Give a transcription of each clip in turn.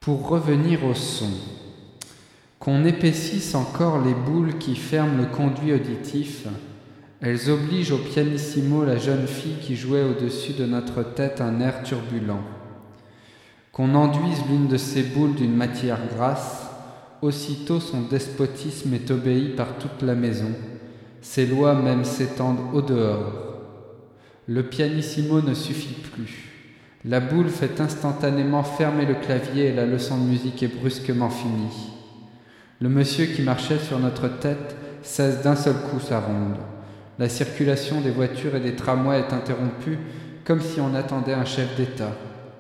Pour revenir au son, qu'on épaississe encore les boules qui ferment le conduit auditif, elles obligent au pianissimo la jeune fille qui jouait au-dessus de notre tête un air turbulent. Qu'on enduise l'une de ces boules d'une matière grasse, aussitôt son despotisme est obéi par toute la maison, ses lois même s'étendent au dehors. Le pianissimo ne suffit plus. La boule fait instantanément fermer le clavier et la leçon de musique est brusquement finie. Le monsieur qui marchait sur notre tête cesse d'un seul coup sa ronde. La circulation des voitures et des tramways est interrompue comme si on attendait un chef d'État.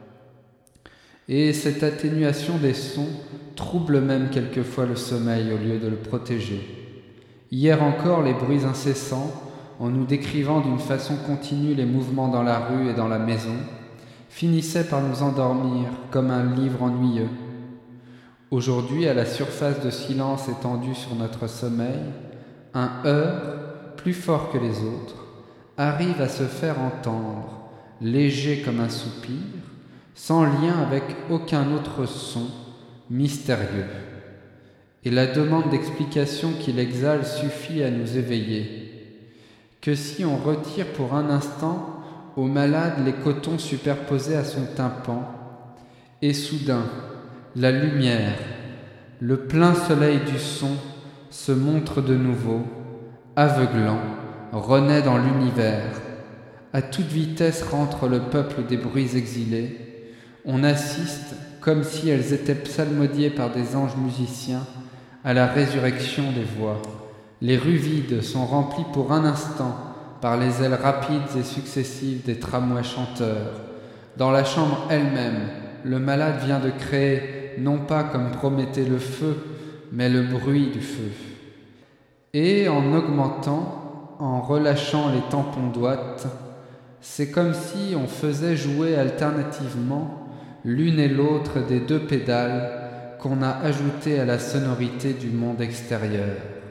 Et cette atténuation des sons trouble même quelquefois le sommeil au lieu de le protéger. Hier encore, les bruits incessants, en nous décrivant d'une façon continue les mouvements dans la rue et dans la maison, finissaient par nous endormir comme un livre ennuyeux. Aujourd'hui, à la surface de silence étendue sur notre sommeil, un heurt, plus fort que les autres, arrive à se faire entendre, léger comme un soupir, sans lien avec aucun autre son, mystérieux. Et la demande d'explication qu'il exhale suffit à nous éveiller. Que si on retire pour un instant au malade les cotons superposés à son tympan, et soudain, la lumière, le plein soleil du son se montre de nouveau, aveuglant, renaît dans l'univers. À toute vitesse rentre le peuple des bruits exilés. On assiste, comme si elles étaient psalmodiées par des anges musiciens, à la résurrection des voix. Les rues vides sont remplies pour un instant par les ailes rapides et successives des tramways chanteurs. Dans la chambre elle-même, le malade vient de créer, non pas comme Prométhée le feu, mais le bruit du feu. Et en augmentant, en relâchant les tampons d'ouate, c'est comme si on faisait jouer alternativement l'une et l'autre des deux pédales qu'on a ajoutées à la sonorité du monde extérieur.